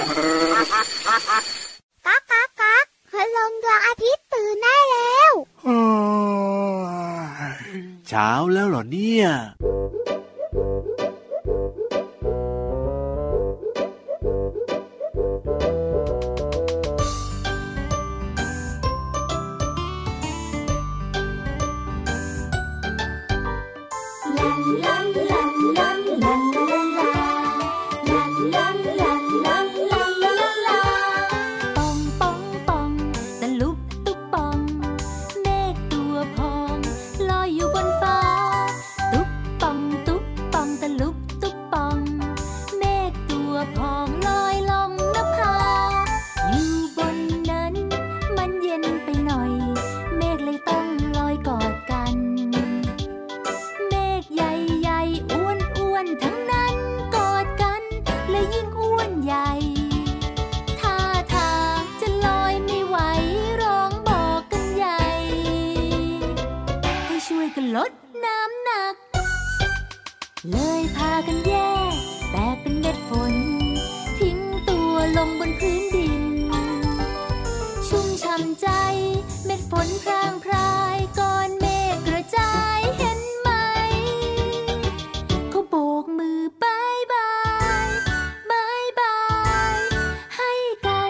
ก๊ากก๊ากก๊ากคืนลงดวงอาทิตย์ตื่นได้แล้วเช้าแล้วเหรอเนี่ยลดน้ำหนักเลยพากันแยกแตกเป็นเม็ดฝนทิ้งตัวลงบนพื้นดินชุ่มช่ำใจเม็ดฝนพรางพรายก้อนเมฆกระจายเห็นไหมเขาโบกมือบายบายบายบายให้กัน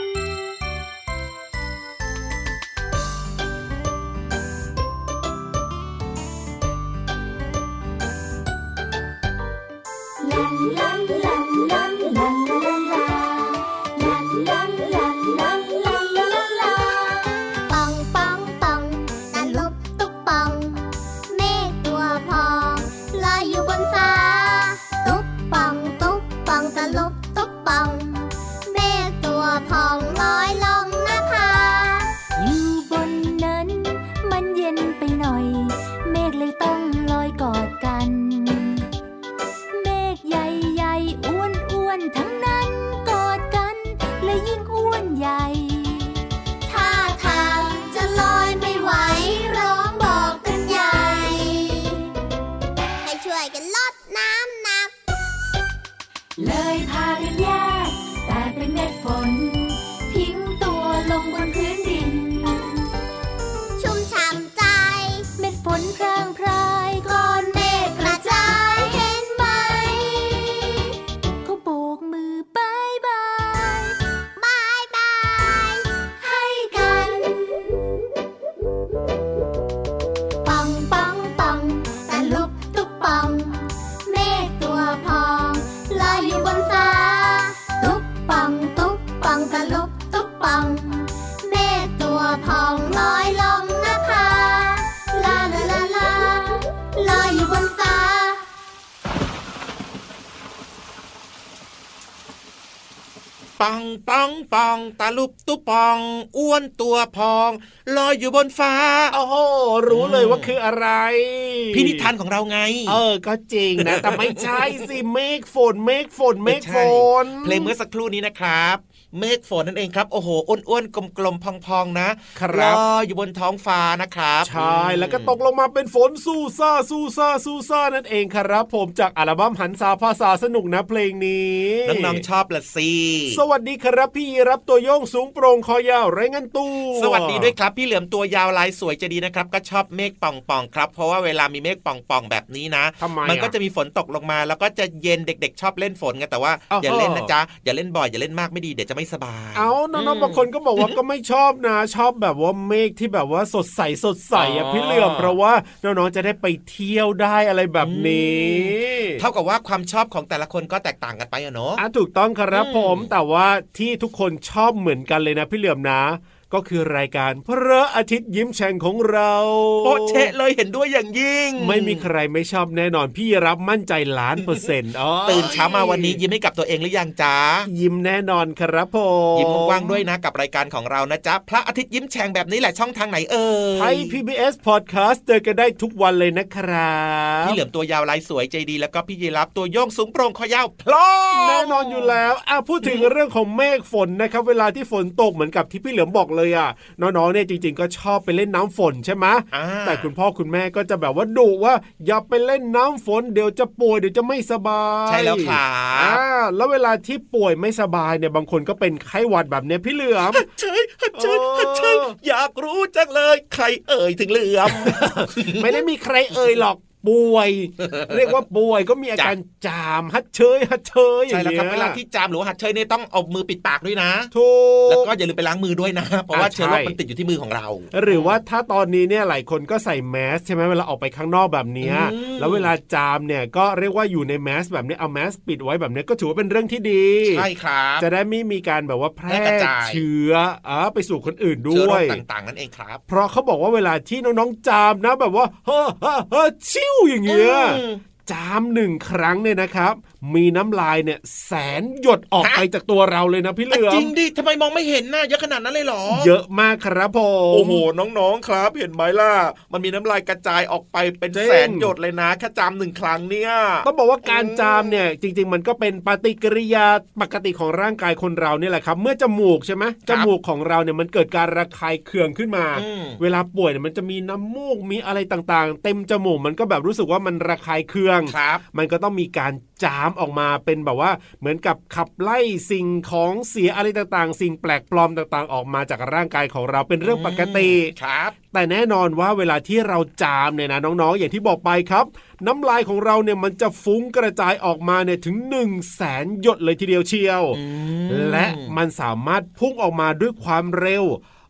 เลยพากันแยกแต่เป็นเม็ดฝนทิ้งตัวลงบนพื้นดินชุ่มช่ำใจเม็ดฝนพรางพรายก้อนเมฆกระจายเห็นไหมเขาโบกมือบายบายบายบายให้กันปังปังปังตะลุบตุบปังเมฆตัวพองลอยอยู่บนฟ้าตุ๊บปังตุ๊บปังตะลุบตุ๊บปังเมฆตัวพองลอยลงนภาลาลาลาลาลอยอยู่บนฟ้าปังปังปังตะลุบตุ๊บปังอ้วนตัวพองลอยอยู่บนฟ้าโอ้โหรู้เลยว่าคืออะไรพี่นิทานของเราไงก็จริงนะแต่ไม่ใช่สิเมฆฝนเมฆฝนเมฆฝนเพลงเมื่อสักครู่นี้นะครับเมฆฝนนั่นเองครับโอ้โหอ้วนๆกลมๆพองๆนะครับลอยอยู่บนท้องฟ้านะครับใช่แล้วก็ตกลงมาเป็นฝนสู้ซ่าสู้ซ่าสู้ซ่านั่นเองครับผมจากอัลบั้มหันษาภาษาสนุกนะเพลงนี้น้องๆชอบละสิสวัสดีครับพี่รับตัวโยงสูงโปร่งคอยาวไร้เงินตู้สวัสดีด้วยครับพี่เหลือมตัวยาวลายสวยจะดีนะครับก็ชอบเมฆป่องๆครับเพราะว่าเวลามีเมฆป่องๆแบบนี้นะมันก็จะมีฝนตกลงมาแล้วก็จะเย็นเด็กๆชอบเล่นฝนไงแต่ว่าอย่าเล่นนะจ๊ะอย่าเล่นบ่อยอย่าเล่นมากไม่ดีเดี๋ยวจะไม่สบายน้องๆบางคนก็บอกว่าก็ไม่ชอบนะชอบแบบว่าเมฆที่แบบว่าสดใสสดใสอ่ะพี่เหลือมเพราะว่าน้องๆจะได้ไปเที่ยวได้อะไรแบบนี้เท่ากับว่าความชอบของแต่ละคนก็แตกต่างกันไปอะเนาะถูกต้องครับผมแต่ว่าที่ทุกคนชอบเหมือนกันเลยนะพี่เหลือมนะก็คือรายการพระอาทิตย์ยิ้มแฉ่งของเราโอ้เชะเลยเห็นด้วยอย่างยิ่งไม่มีใครไม่ชอบแน่นอนพี่รับมั่นใจ1,000,000% ตื่นเช้ามาวันนี้ยิ้มให้กับตัวเองหรือยังจ๊ะยิ้มแน่นอนครับผมยิ้มกว้างๆด้วยนะกับรายการของเรานะจ๊ะพระอาทิตย์ยิ้มแฉ่งแบบนี้แหละช่องทางไหนไทย PBS Podcast เจอกันได้ทุกวันเลยนะครับพี่เหลือมตัวยาวลายสวยใจดีแล้วก็พี่ยีรับตัวโยงสูงโปร่งคอยาวพลอแน่นอนอยู่แล้วพูดถึงเรื่องของเมฆฝนนะครับเวลาที่ฝนตกเหมือนกับที่พี่เหลือมบอกเลยอ่ะน้องๆเนี่ยจริงๆก็ชอบไปเล่นน้ำฝนใช่ไหมแต่คุณพ่อคุณแม่ก็จะแบบว่าดุว่าอย่าไปเล่นน้ำฝนเดี๋ยวจะป่วยเดี๋ยวจะไม่สบายใช่แล้วครับแล้วเวลาที่ป่วยไม่สบายเนี่ยบางคนก็เป็นไข้หวัดแบบเนี้ยพี่เหลือมใช่อยากรู้จังเลยใครเอ่ยถึงเหลือมไม่ได้มีใครเอ่ยหรอกป่วยเรียกว่าป่วยก็มีอาการจามฮัดเชยใช่แล้วครับเวลาที่จามหรือว่าฮัดเชยเนี่ยต้องเอามือปิดปากด้วยนะถูกแล้วก็อย่าลืมไปล้างมือด้วยนะเพราะว่าเชื้อโรคมันติดอยู่ที่มือของเราหรือว่าถ้าตอนนี้เนี่ยหลายคนก็ใส่แมสใช่ไหมเวลาออกไปข้างนอกแบบนี้แล้วเวลาจามเนี่ยก็เรียกว่าอยู่ในแมสแบบนี้เอาแมสปิดไว้แบบนี้ก็ถือว่าเป็นเรื่องที่ดีใช่ครับจะได้ไม่มีการแบบว่าแพร่เชื้อไปสู่คนอื่นด้วยเชื้อโรคต่างๆนั่นเองครับเพราะเขาบอกว่าเวลาที่น้องๆจามนะแบบว่าชิ่วอย่างเงี้ยจาม1 ครั้งเนี่ยนะครับมีน้ำลายเนี่ย100,000 หยดออกไปจากตัวเราเลยนะพี่เหลือมจริงดิทำไมมองไม่เห็นน่ะเยอะขนาดนั้นเลยเหรอเยอะมากครับผมโอ้โหน้องๆครับเห็นไหมล่ะมันมีน้ำลายกระจายออกไปเป็น100,000 หยดเลยนะแค่จาม1 ครั้งเนี่ยต้องบอกว่าการจามเนี่ยจริงๆมันก็เป็นปฏิกิริยาปกติของร่างกายคนเราเนี่ยแหละครับเมื่อจมูกใช่ไหมจมูกของเราเนี่ยมันเกิดการระคายเคืองขึ้นมาเวลาป่วยเนี่ยมันจะมีน้ำมูกมีอะไรต่างๆเต็มจมูกมันก็แบบรู้สึกว่ามันระคายเคืองมันก็ต้องมีการจามออกมาเป็นแบบว่าเหมือนกับขับไล่สิ่งของเสียอะไรต่างๆสิ่งแปลกปลอมต่างๆออกมาจากร่างกายของเราเป็นเรื่องปกติครับแต่แน่นอนว่าเวลาที่เราจามเนี่ยนะน้องๆอย่างที่บอกไปครับน้ำลายของเราเนี่ยมันจะฟุ้งกระจายออกมาเนี่ยถึง100,000 หยดเลยทีเดียวเชียวและมันสามารถพุ่งออกมาด้วยความเร็ว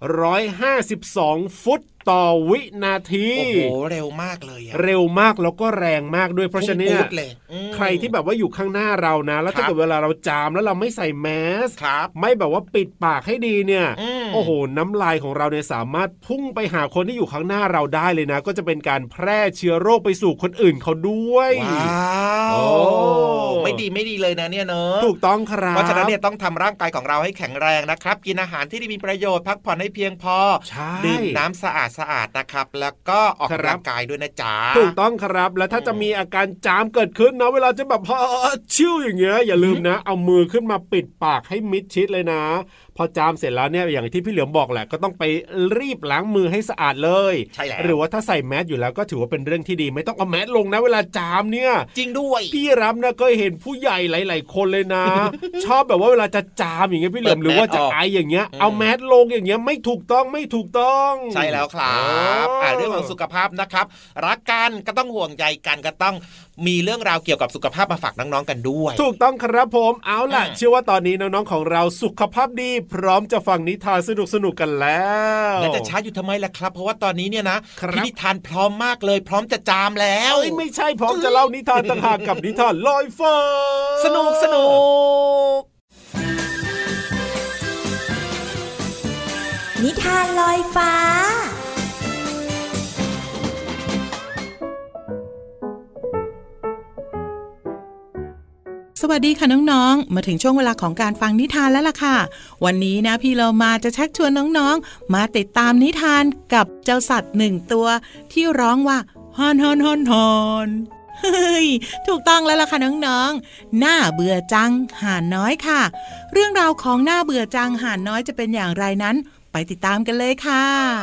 152 ฟุตต่อวินาทีโอ้โหเร็วมากเลยเร็วมากแล้วก็แรงมากด้วยเพราะฉะนั้นใครที่แบบว่าอยู่ข้างหน้าเรานะแล้วถ้าเกิดเวลาเราจามแล้วเราไม่ใส่แมสไม่แบบว่าปิดปากให้ดีเนี่ยโอ้โหน้ำลายของเราเนี่ยสามารถพุ่งไปหาคนที่อยู่ข้างหน้าเราได้เลยนะก็จะเป็นการแพร่เชื้อโรคไปสู่คนอื่นเขาด้วยว้าวไม่ดีเลยนะเนี่ยเนอะถูกต้องครับเพราะฉะนั้นเนี่ยต้องทำร่างกายของเราให้แข็งแรงนะครับกินอาหารที่มีประโยชน์พักผ่อนให้เพียงพอดื่มน้ำสะอาดนะครับแล้วก็ออกกำลังกายด้วยนะจ๊ะถูกต้องครับแล้วถ้าจะมีอาการจามเกิดขึ้นนะเวลาจะแบบชิ่วอย่างเงี้ยอย่าลืมนะเอามือขึ้นมาปิดปากให้มิดชิดเลยนะพอจามเสร็จแล้วเนี่ยอย่างที่พี่เหลือมบอกแหละก็ต้องไปรีบล้างมือให้สะอาดเลยใช่แล้วหรือว่าถ้าใส่แมสอยู่แล้วก็ถือว่าเป็นเรื่องที่ดีไม่ต้องเอาแมสลงนะเวลาจามเนี่ยจริงด้วยพี่รับนะก็เห็นผู้ใหญ่หลายๆคนเลยนะ ชอบแบบว่าเวลาจะจามอย่างเงี้ยพี่เหลือมหรือว่าจะไออย่างเงี้ยเอาแมสลงอย่างเงี้ยไม่ถูกต้องใช่แล้วครับเรื่องของสุขภาพนะครับรักกันก็ต้องห่วงใยกันก็ต้องมีเรื่องราวเกี่ยวกับสุขภาพมาฝากน้องๆกันด้วยถูกต้องครับผมเอาล่ะเชื่อว่าตอนนี้น้องๆของเราสุขภาพดีพร้อมจะฟังนิทานสนุกกันแล้วแล้วจะช้าอยู่ทำไมล่ะครับเพราะว่าตอนนี้เนี่ยนะพี่นิทานพร้อมมากเลยพร้อมจะจามแล้วไม่ใช่พร้อมจะเล่านิทานต่างหากกับนิทานลอยฟ้าสนุกนิทานลอยฟ้าสวัสดีค่ะน้องๆมาถึงช่วงเวลาของการฟังนิทานแล้วล่ะค่ะวันนี้นะพี่เรามาจะชักชวนน้องๆมาติดตามนิทานกับเจ้าสัตว์1 ตัวที่ร้องว่าฮอนเฮ้ยถูกต้องแล้วล่ะค่ะน้องๆน่าเบื่อจังห่านน้อยค่ะเรื่องราวของน่าเบื่อจังห่านน้อยจะเป็นอย่างไรนั้นไปติดตามกันเลยค่ะ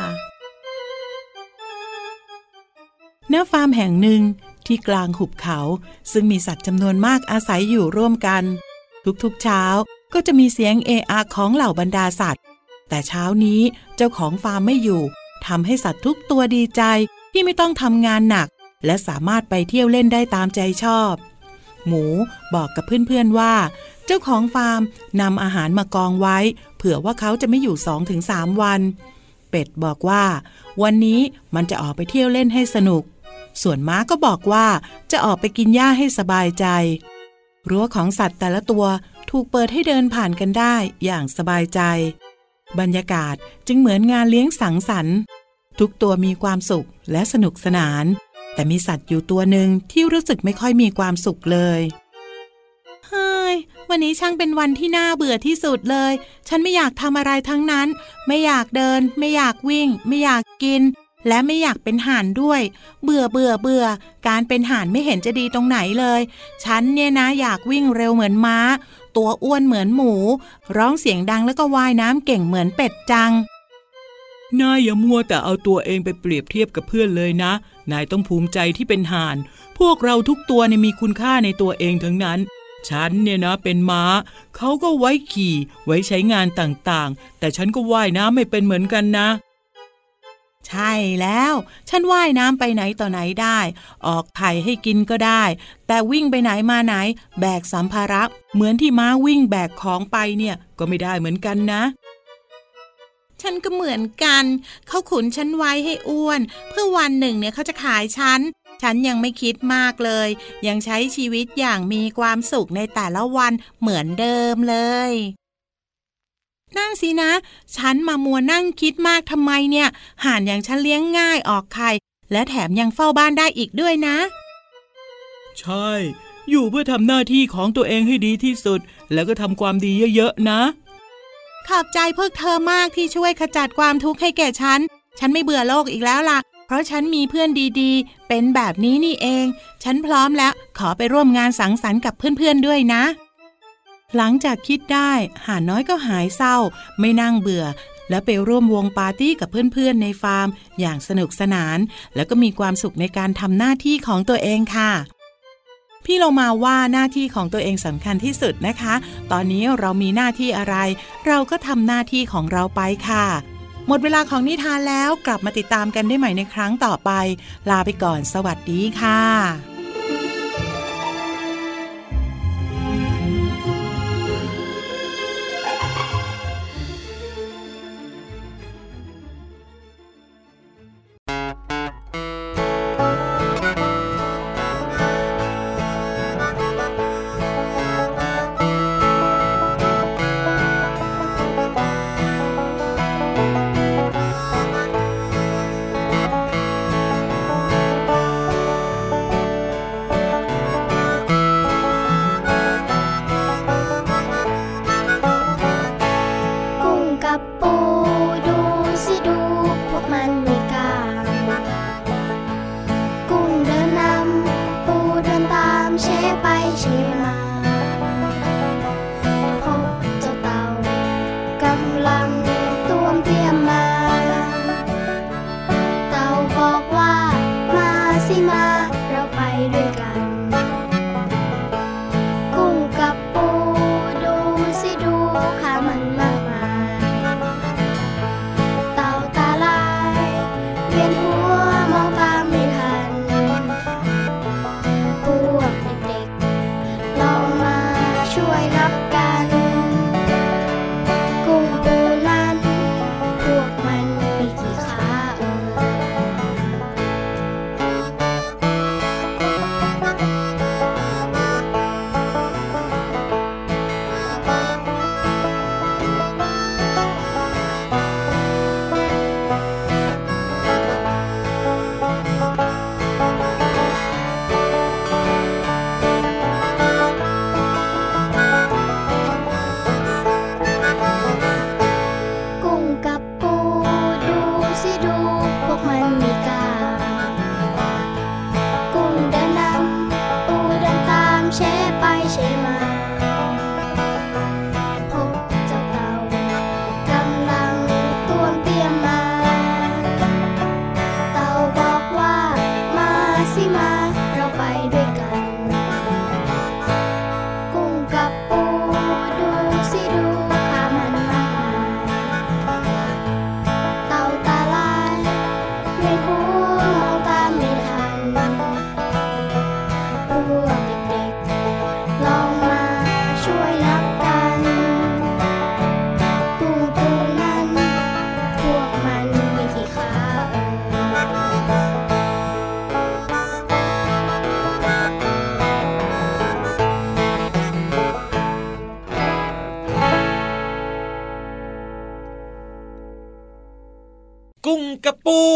ณ ฟาร์มแห่งหนึ่งที่กลางหุบเขาซึ่งมีสัตว์จำนวนมากอาศัยอยู่ร่วมกันทุกๆเช้าก็จะมีเสียงเอะอะของเหล่าบรรดาสัตว์แต่เช้านี้เจ้าของฟาร์มไม่อยู่ทำให้สัตว์ทุกตัวดีใจที่ไม่ต้องทำงานหนักและสามารถไปเที่ยวเล่นได้ตามใจชอบหมูบอกกับเพื่อนๆว่าเจ้าของฟาร์มนำอาหารมากองไว้เผื่อว่าเขาจะไม่อยู่ 2-3 วันเป็ดบอกว่าวันนี้มันจะออกไปเที่ยวเล่นให้สนุกส่วนม้าก็บอกว่าจะออกไปกินหญ้าให้สบายใจรั้วของสัตว์แต่ละตัวถูกเปิดให้เดินผ่านกันได้อย่างสบายใจบรรยากาศจึงเหมือนงานเลี้ยงสังสรรค์ทุกตัวมีความสุขและสนุกสนานแต่มีสัตว์อยู่ตัวหนึ่งที่รู้สึกไม่ค่อยมีความสุขเลยเฮ้ยวันนี้ช่างเป็นวันที่น่าเบื่อที่สุดเลยฉันไม่อยากทำอะไรทั้งนั้นไม่อยากเดินไม่อยากวิ่งไม่อยากกินและไม่อยากเป็นห่านด้วยเบื่อการเป็นห่านไม่เห็นจะดีตรงไหนเลยฉันเนี่ยนะอยากวิ่งเร็วเหมือนม้าตัวอ้วนเหมือนหมูร้องเสียงดังแล้วก็ว่ายน้ำเก่งเหมือนเป็ดจังนายอย่ามัวแต่เอาตัวเองไปเปรียบเทียบกับเพื่อนเลยนะนายต้องภูมิใจที่เป็นห่านพวกเราทุกตัวเนี่ยมีคุณค่าในตัวเองทั้งนั้นฉันเนี่ยนะเป็นม้าเขาก็ไว้ขี่ไว้ใช้งานต่างๆแต่ฉันก็ว่ายน้ำไม่เป็นเหมือนกันนะใช่แล้วฉันว่ายน้ำไปไหนต่อไหนได้ออกไข่ให้กินก็ได้แต่วิ่งไปไหนมาไหนแบกสัมภาระเหมือนที่ม้าวิ่งแบกของไปเนี่ยก็ไม่ได้เหมือนกันนะฉันก็เหมือนกันเขาขุนฉันไว้ให้อ้วนเพื่อวันหนึ่งเนี่ยเขาจะขายฉันยังไม่คิดมากเลยยังใช้ชีวิตอย่างมีความสุขในแต่ละวันเหมือนเดิมเลยนั่นสินะฉันมามัวนั่งคิดมากทำไมเนี่ยห่านอย่างฉันเลี้ยงง่ายออกไข่และแถมยังเฝ้าบ้านได้อีกด้วยนะใช่อยู่เพื่อทำหน้าที่ของตัวเองให้ดีที่สุดแล้วก็ทำความดีเยอะๆนะขอบใจพวกเธอมากที่ช่วยขจัดความทุกข์ให้แก่ฉันไม่เบื่อโลกอีกแล้วล่ะเพราะฉันมีเพื่อนดีๆเป็นแบบนี้นี่เองฉันพร้อมแล้วขอไปร่วมงานสังสรรค์กับเพื่อนๆด้วยนะหลังจากคิดได้ห่านน้อยก็หายเศร้าไม่นั่งเบื่อและไปร่วมวงปาร์ตี้กับเพื่อนๆในฟาร์มอย่างสนุกสนานแล้วก็มีความสุขในการทำหน้าที่ของตัวเองค่ะพี่เรามาว่าหน้าที่ของตัวเองสำคัญที่สุดนะคะตอนนี้เรามีหน้าที่อะไรเราก็ทำหน้าที่ของเราไปค่ะหมดเวลาของนิทานแล้วกลับมาติดตามกันได้ใหม่ในครั้งต่อไปลาไปก่อนสวัสดีค่ะกุ้งกับปู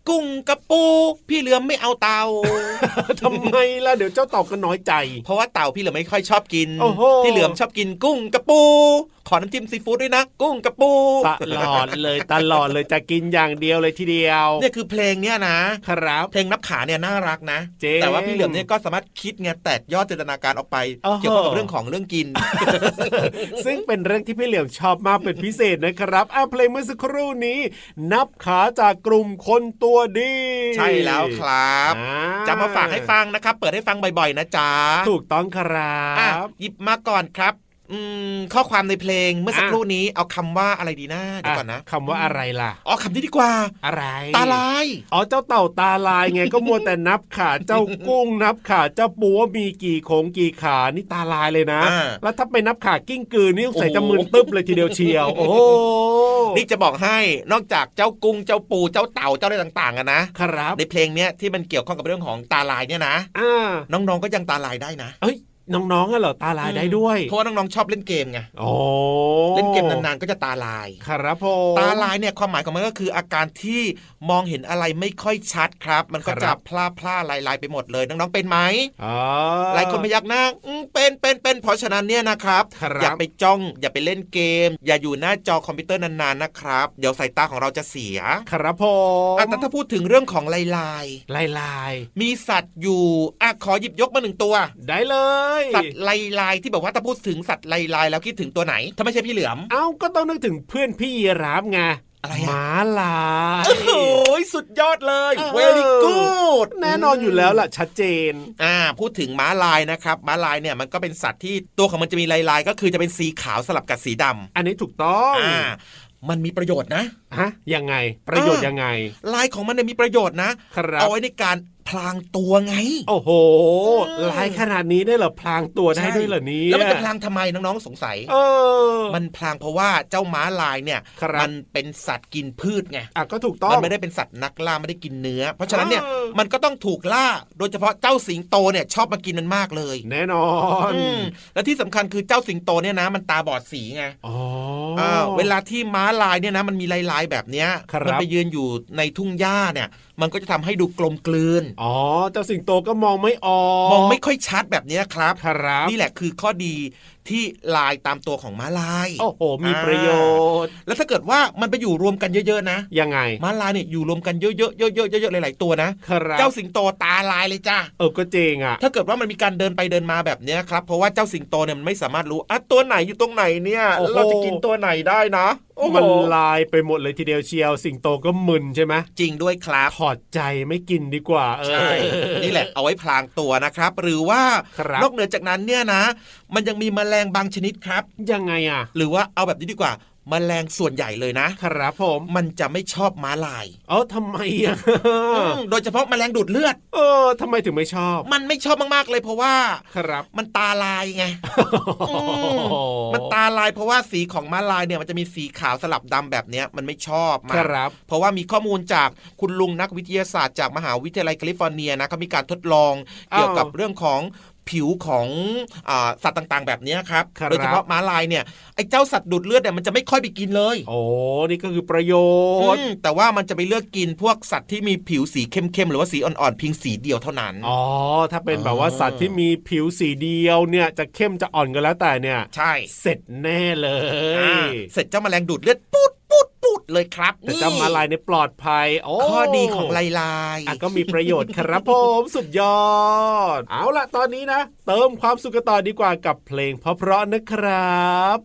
กุ้งกระปูพี่เหลือมไม่เอาเต่าทำไมล่ะเดี๋ยวเจ้าเต่าก็น้อยใจเพราะว่าเต่าพี่เหลือมไม่ค่อยชอบกินพี่เหลือมชอบกินกุ้งกระปูขอน้ำจิ้มซีฟู้ดด้วยนะกุ้งกระปูตลอดเลยจะกินอย่างเดียวเลยทีเดียวเนี่ยคือเพลงเนี่ยนะครับเพลงนับขาเนี่ยน่ารักนะแต่ว่าพี่เหลือมเนี่ยก็สามารถคิดไงแตกยอดจินตนาการออกไปเกี่ยวกับเรื่องของเรื่องกินซึ่งเป็นเรื่องที่พี่เหลือมชอบมากเป็นพิเศษนะครับเพลงเมื่อสักครู่นี้นับขาจากกลุ่มคนตัวดีใช่แล้วครับจะมาฝากให้ฟังนะครับเปิดให้ฟังบ่อยๆนะจ๊ะถูกต้องครับหยิบมาก่อนครับข้อความในเพลงเมื่อสักครู่นี้เอาคำว่าอะไรดีนะเดี๋ยวก่อนนะคำว่าอะไรล่ะคำนี้ดีกว่าอะไรตาลายเจ้าเต่าตาลายไง ก็มัวแต่นับขาเจ้ากุ้งนับขาเจ้าปูว่ามีกี่โขงกี่ขานี่ตาลายเลยนะแล้วถ้าไปนับขากิ้งกือนี่ใส่จะมึนตึ๊บเลยทีเดียวเชียวโอ้นี่จะบอกให้นอกจากเจ้ากุ้งเจ้าปูเจ้าเต่าเจ้าอะไรต่างๆนะครับในเพลงเนี้ยที่มันเกี่ยวข้องกับเรื่องของตาลายเนี่ยนะน้องๆก็ยังตาลายได้นะน้องๆเหรอตาลายได้ด้วยเพราะว่าน้องๆชอบเล่นเกมไงเล่นเกมนานๆก็จะตาลายครับผมตาลายเนี่ยความหมายของมันก็คืออาการที่มองเห็นอะไรไม่ค่อยชัดครับมันก็จะพล่าลายไปหมดเลยน้องๆเป็นไหมหลายคนพยักหน้าเป็นเพราะฉะนั้นเนี่ยนะครับอย่าไปจ้องอย่าไปเล่นเกมอย่าอยู่หน้าจอคอมพิวเตอร์นานๆนะครับเดี๋ยวสายตาของเราจะเสียครับผมแต่ถ้าพูดถึงเรื่องของลายมีสัตว์อยู่ขอหยิบยกมา1ตัวได้เลยสัตว์ลายที่แบบว่าถ้าพูดถึงสัตว์ลายแล้วคิดถึงตัวไหนถ้าไม่ใช่พี่เหลือมก็ต้องนึกถึงเพื่อนพี่ยีราฟไงอะไรม้าลายโอ้ยสุดยอดเลย very good แน่นอนอยู่แล้วล่ะชัดเจนพูดถึงม้าลายนะครับม้าลายเนี่ยมันก็เป็นสัตว์ที่ตัวของมันจะมีลายก็คือจะเป็นสีขาวสลับกับสีดำอันนี้ถูกต้องมันมีประโยชน์นะยังไงประโยชน์ยังไงลายของมันเนี่ยมีประโยชน์นะเอาไว้ในการพลางตัวไงโอ้โหลายขนาดนี้ได้เหรอพลางตัวได้ด้วยเหรอนี้แล้วมันจะพลางทำไมน้องๆสงสัยมันพลางเพราะว่าเจ้าม้าลายเนี่ยมันเป็นสัตว์กินพืชไงก็ถูกต้องมันไม่ได้เป็นสัตว์นักล่าไม่ได้กินเนื้อเพราะฉะนั้นเนี่ยมันก็ต้องถูกล่าโดยเฉพาะเจ้าสิงโตเนี่ยชอบมากินมันมากเลยแน่นอนและที่สำคัญคือเจ้าสิงโตเนี่ยนะมันตาบอดสีไงเวลาที่ม้าลายเนี่ยนะมันมีลายแบบเนี้ยมันไปยืนอยู่ในทุ่งหญ้าเนี่ยมันก็จะทำให้ดูกลมกลืนเจ้าสิงโตก็มองไม่ออกมองไม่ค่อยชัดแบบนี้ครับนี่แหละคือข้อดีที่ลายตามตัวของม้าลายโอ้โหมีประโยชน์แล้วถ้าเกิดว่ามันไปอยู่รวมกันเยอะๆนะยังไงม้าลายเนี่ยอยู่รวมกันเยอะๆหลายๆตัวนะเจ้าสิงโตตาลายเลยจ้าก็จริงถ้าเกิดว่ามันมีการเดินไปเดินมาแบบนี้ครับเพราะว่าเจ้าสิงโตเนี่ยมันไม่สามารถรู้ตัวไหนอยู่ตรงไหนเนี่ยเราจะกินตัวไหนได้นะมันลายไปหมดเลยทีเดียวเชียวสิงโตก็มึนใช่ไหมจริงด้วยครับถอดใจไม่กินดีกว่าใช่นี่แหละเอาไว้พลางตัวนะครับหรือว่านอกเหนือจากนั้นเนี่ยนะมันยังมีแมลงบางชนิดครับยังไงหรือว่าเอาแบบนี้ดีกว่าแมลงส่วนใหญ่เลยนะครับผมมันจะไม่ชอบม้าลายทำไมโดยเฉพาะแมลงดูดเลือดทำไมถึงไม่ชอบมันไม่ชอบมากๆเลยเพราะว่ามันตาลายไงมันตาลายเพราะว่าสีของม้าลายเนี่ยมันจะมีสีขาวสลับดำแบบนี้มันไม่ชอบมากเพราะว่ามีข้อมูลจากคุณลุงนักวิทยาศาสตร์จากมหาวิทยาลัยแคลิฟอร์เนียนะเขามีการทดลองเกี่ยวกับเรื่องของผิวของสัตว์ต่างๆแบบนี้ครับโดยเฉพาะม้าลายเนี่ยไอ้เจ้าสัตว์ดูดเลือดเนี่ยมันจะไม่ค่อยไปกินเลยนี่ก็คือประโยชน์แต่ว่ามันจะไปเลือกกินพวกสัตว์ที่มีผิวสีเข้มๆหรือว่าสีอ่อนๆเพียงสีเดียวเท่านั้นถ้าเป็นแบบว่าสัตว์ที่มีผิวสีเดียวเนี่ยจะเข้มจะอ่อนก็แล้วแต่เนี่ยใช่เสร็จแน่เลยเสร็จเจ้าแมลงดูดเลือดปุ๊ดเลยครับแต่เจ้าม้าลายในปลอดภัยข้อดีของลายก็มีประโยชน์ครับผมสุดยอดเอาล่ะตอนนี้นะเติมความสุขต่อดีกว่ากับเพลงเพราะๆนะครับ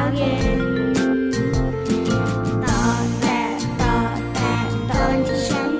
ตอนที่ฉัน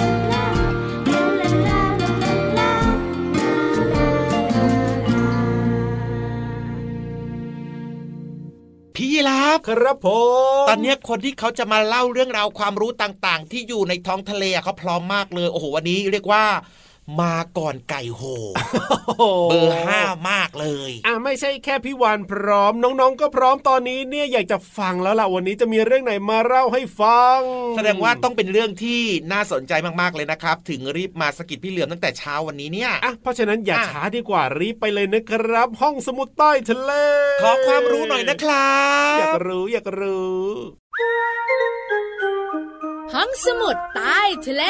พี่รับครับผมตอนนี้คนที่เขาจะมาเล่าเรื่องราวความรู้ต่างๆที่อยู่ในท้องทะเลเขาพร้อมมากเลยโอ้โหวันนี้เรียกว่ามาก่อนไก่โหเบอร์5มากเลยไม่ใช่แค่พี่วานพร้อมน้องๆก็พร้อมตอนนี้เนี่ยอยากจะฟังแล้วล่ะวันนี้จะมีเรื่องไหนมาเล่าให้ฟังแสดงว่าต้องเป็นเรื่องที่น่าสนใจมากๆเลยนะครับถึงรีบมาสกิดพี่เหลือมตั้งแต่เช้าวันนี้เนี่ยเพราะฉะนั้นอย่าช้าดีกว่ารีบไปเลยนะครับห้องสมุดใต้ทะเลขอความรู้หน่อยนะครับอยากรู้ห้องสมุดใต้ทะเล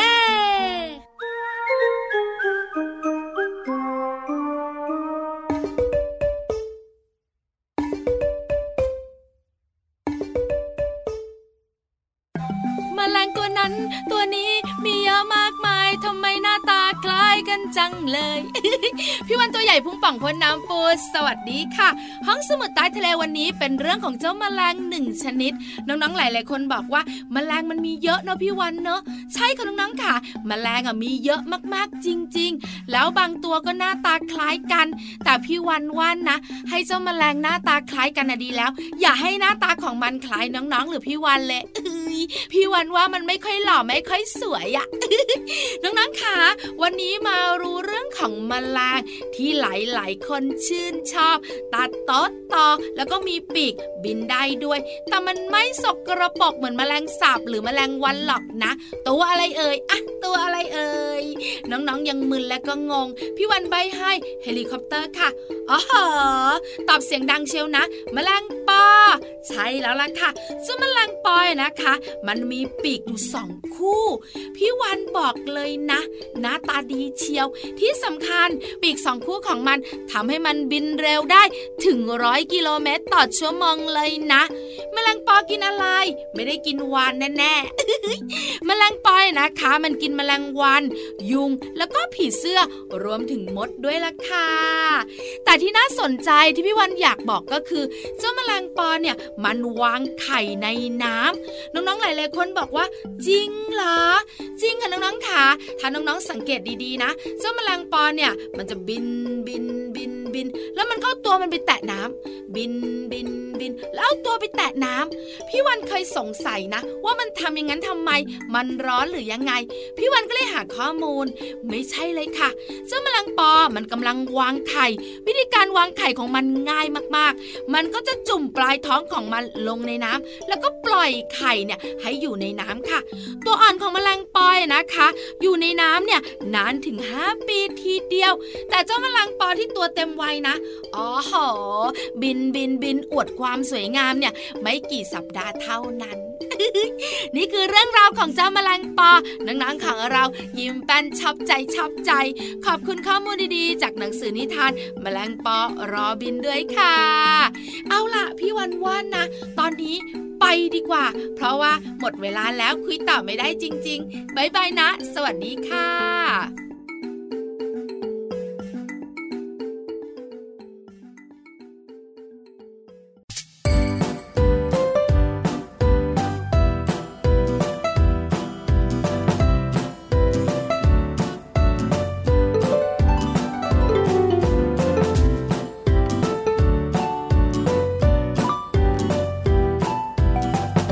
แมลงตัวนั้นตัวนี้มีเยอะมากมายทำไมหน้าตาคล้ายกันจังเลย พี่วันตัวใหญ่พุงป่องพ้นน้ำปูสวัสดีค่ะห้องสมุดใต้ทะเลวันนี้เป็นเรื่องของเจ้าแมลง1ชนิดน้องๆหลายๆคนบอกว่าแมลงมันมีเยอะเนาะพี่วันเนาะใช่ค่ะน้องๆค่ะแมลงมีเยอะมากๆจริงๆแล้วบางตัวก็หน้าตาคล้ายกันแต่พี่วันว่านะให้เจ้าแมลงหน้าตาคล้ายกันดีแล้วอย่าให้หน้าตาของมันคล้ายน้องๆหรือพี่วันเลยพี่วันว่ามันไม่ค่อยหล่อไม่ค่อยสวยอ่ะ น้องๆค่ะวันนี้มารู้เรื่องของแมลงที่หลายๆคนชื่นชอบตัดตอต่อแล้วก็มีปีกบินได้ด้วยแต่มันไม่สกปรกเหมือนแมลงสาบหรือแมลงวันหรอกนะตัวอะไรเอ่ยตัวอะไรเอ่ยน้องๆยังมึนและก็งงพี่วันใบให้เฮลิคอปเตอร์ค่ะอ๋อตอบเสียงดังเชียวนะแมลงปอใช่แล้วล่ะค่ะซึ่งแมลงปอนะคะมันมีปีกอยู่2คู่พี่วันบอกเลยนะหน้าตาดีเชียวที่สำคัญปีก2คู่ของมันทำให้มันบินเร็วได้ถึง100 กิโลเมตรต่อชั่วโมงเลยนะแมลงปอกินอะไรไม่ได้กินวาฬแน่ๆ แมลงปอนะคะมันกินแมลงวันยุงแล้วก็ผีเสื้อรวมถึงมดด้วยล่ะค่ะแต่ที่น่าสนใจที่พี่วันอยากบอกก็คือเจ้าแมลงปอเนี่ยมันวางไข่ในน้ำน้องๆหลายๆคนบอกว่าจริงเหรอจริงค่ะน้องๆค่ะถ้าน้องๆสังเกตดีๆนะเจ้าแมลงปอเนี่ยมันจะบินแล้วมันก็ตัวมันไปแตะน้ำบินแล้วเอาตัวไปแตะน้ำพี่วันเคยสงสัยนะว่ามันทำอย่างนั้นทำไมมันร้อนหรือยังไงพี่วันก็เลยหาข้อมูลไม่ใช่เลยค่ะเจ้าแมลงปอมันกำลังวางไข่วิธีการวางไข่ของมันง่ายมากๆมันก็จะจุ่มปลายท้องของมันลงในน้ำแล้วก็ปล่อยไข่เนี่ยให้อยู่ในน้ำค่ะตัวอ่อนของแมลงปอนะคะอยู่ในน้ำเนี่ยนานถึง5 ปีทีเดียวแต่เจ้าแมลงปอที่ตัวเต็มวัยนะอ๋อโหบินอวดความสวยงามเนี่ยไม่กี่สัปดาห์เท่านั้น นี่คือเรื่องราวของเจ้าแมลงปอน้องๆของเรายิ้มแป้นชอบใจขอบคุณข้อมูลดีๆจากหนังสือนิทานแมลงปอรอบินด้วยค่ะเอาล่ะพี่วันว่านนะตอนนี้ไปดีกว่าเพราะว่าหมดเวลาแล้วคุยต่อไม่ได้จริงๆบ๊ายบายนะสวัสดีค่ะ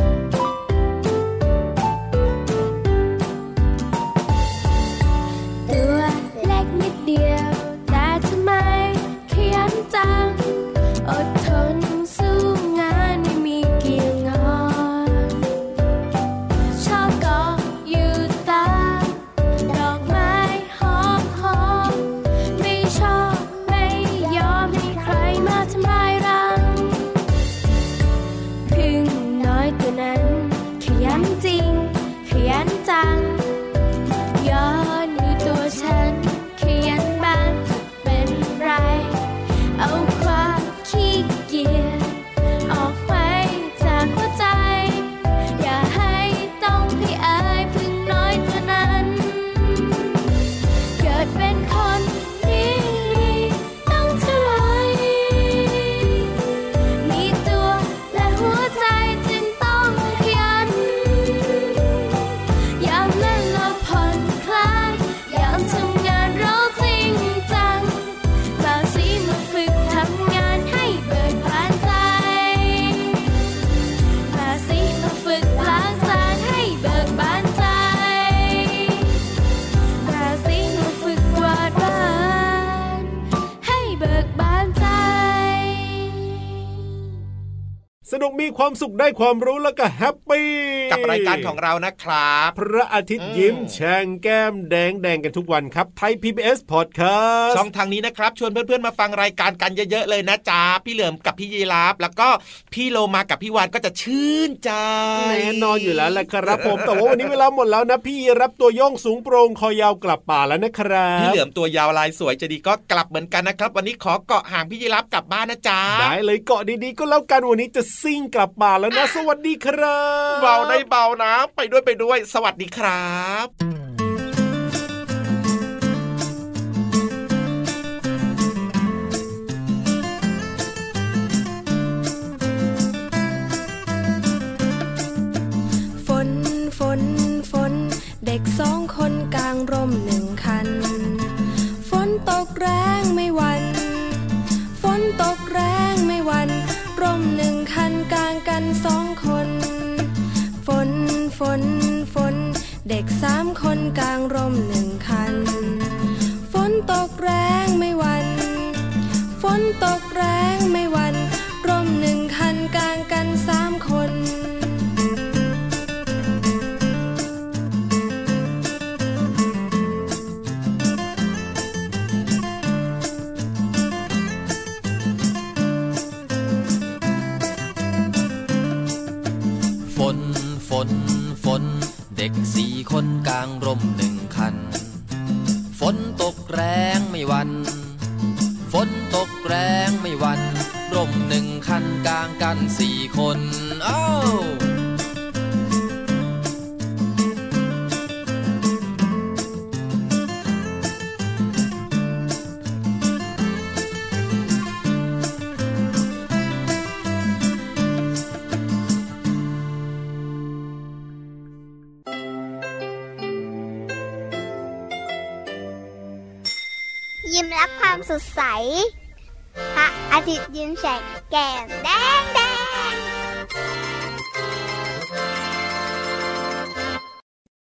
ตสนุกมีความสุขได้ความรู้แล้วก็แฮปปี้กับรายการของเรานะครับพระอาทิตย์ยิ้มแฉ่งแก้มแดงกันทุกวันครับไทย PBS Podcast ช่องทางนี้นะครับชวนเพื่อนๆมาฟังรายการกันเยอะๆเลยนะจ๊ะพี่เหลือมกับพี่ยีราฟแล้วก็พี่โลมากับพี่วานก็จะชื่นใจแน่นอนอยู่แล้วแหละครับผมแต่ว่าวันนี้เวลาหมดแล้วนะพี่ยีราฟตัวโยงสูงโปร่งคอยาวกลับป่าแล้วนะครับพี่เหลือมตัวยาวลายสวยจะดีก็กลับเหมือนกันนะครับวันนี้ขอเกาะห่างพี่ยีราฟกลับบ้านนะจ๊ะได้เลยเกาะดีๆก็แล้วกันวันนี้จะซิ่งกลับป่าแล้วนะสวัสดีครับเบาได้เบานะไปด้วยสวัสดีครับฝนเด็กสองคนกลางร่มหนึ่งคันฝนตกแรงไม่หวั่นฝนตกแรงไม่หวั่นร่มหนึ่งคันกลางกันสองคนฝนเด็กสามคนกลางร่มหนึ่งคันฝนตกแรงไม่หวั่นฝนตกแรงไม่หวั่นร่มหนึ่งคันกลางกันสามคนฝนเด็กสี่คนกลางร่มหนึ่งคันฝนตกแรงไม่หวั่นฝนตกแรงไม่หวั่นร่มหนึ่งคันกลางกันสี่คนอ้าวยิ้มรับความสดใสพระอาทิตย์ยิ้มแฉกแก้มแดง